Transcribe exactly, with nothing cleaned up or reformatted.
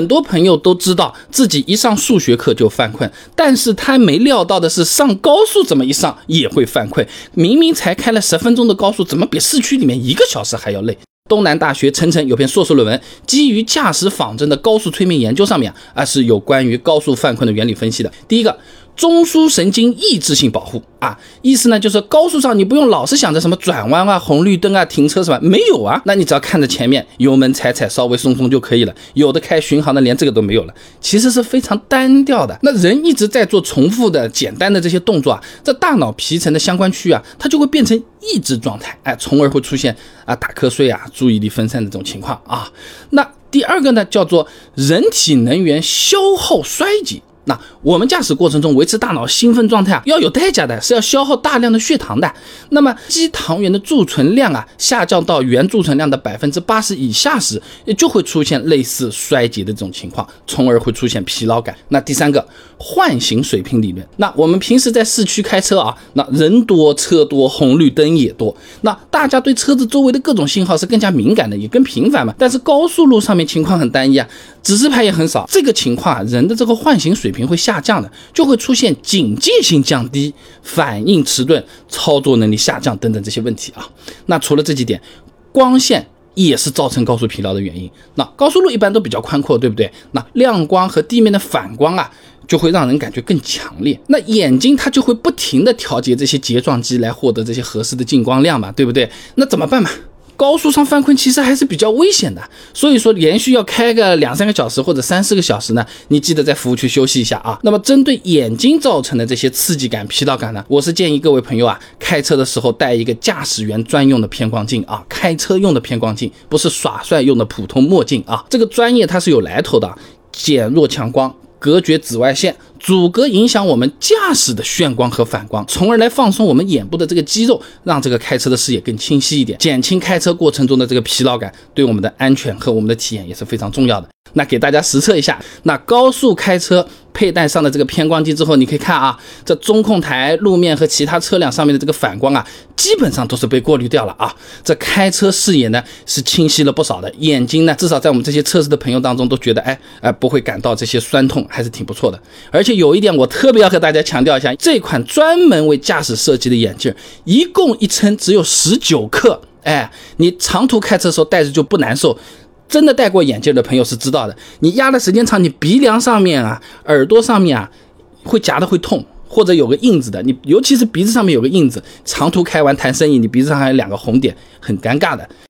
很多朋友都知道自己一上数学课就犯困，但是他没料到的是上高速怎么一上也会犯困，明明才开了十分钟的高速，怎么比市区里面一个小时还要累？东南大学陈晨有篇硕士论文，基于驾驶仿真的高速催眠研究上面啊是有关于高速犯困的原理分析的。第一个，中枢神经抑制性保护啊，意思呢就是高速上你不用老是想着什么转弯啊、红绿灯啊、停车什么，没有啊，那你只要看着前面，油门踩踩稍微松松就可以了。有的开巡航的连这个都没有了，其实是非常单调的。那人一直在做重复的简单的这些动作啊，这大脑皮层的相关区啊，它就会变成抑制状态，哎，从而会出现啊打瞌睡啊、注意力分散的这种情况啊。那第二个呢，叫做人体能源消耗衰竭。那我们驾驶过程中维持大脑兴奋状态啊，要有代价的，是要消耗大量的血糖的。那么肌糖原的贮存量啊下降到原贮存量的百分之八十以下时，也就会出现类似衰竭的这种情况，从而会出现疲劳感。那第三个，唤醒水平理论。那我们平时在市区开车啊，那人多车多，红绿灯也多，那大家对车子周围的各种信号是更加敏感的，也更频繁嘛。但是高速路上面情况很单一啊，指示牌也很少，这个情况啊，人的这个唤醒水平会下降的，就会出现警戒性降低、反应迟钝、操作能力下降等等这些问题啊。那除了这几点，光线也是造成高速疲劳的原因。那高速路一般都比较宽阔，对不对？那亮光和地面的反光啊，就会让人感觉更强烈。那眼睛它就会不停的调节这些睫状肌来获得这些合适的进光量嘛，对不对？那怎么办嘛？高速上犯困其实还是比较危险的，所以说连续要开个两三个小时或者三四个小时呢，你记得在服务区休息一下啊。那么针对眼睛造成的这些刺激感、疲劳感呢，我是建议各位朋友啊，开车的时候带一个驾驶员专用的偏光镜啊，开车用的偏光镜，不是耍帅用的普通墨镜啊。这个专业它是有来头的，减弱强光，隔绝紫外线，阻隔影响我们驾驶的眩光和反光，从而来放松我们眼部的这个肌肉，让这个开车的视野更清晰一点，减轻开车过程中的这个疲劳感，对我们的安全和我们的体验也是非常重要的。那给大家实测一下，那高速开车佩戴上的这个偏光镜之后，你可以看啊，这中控台、路面和其他车辆上面的这个反光啊，基本上都是被过滤掉了啊。这开车视野呢是清晰了不少的，眼睛呢至少在我们这些测试的朋友当中都觉得，哎哎不会感到这些酸痛，还是挺不错的。而且有一点我特别要和大家强调一下，这款专门为驾驶设计的眼镜，一共一称只有十九克，哎，你长途开车的时候戴着就不难受。真的戴过眼镜的朋友是知道的，你压的时间长，你鼻梁上面啊、耳朵上面啊，会夹的会痛，或者有个印子的，你尤其是鼻子上面有个印子，长途开完谈生意，你鼻子上还有两个红点，很尴尬的。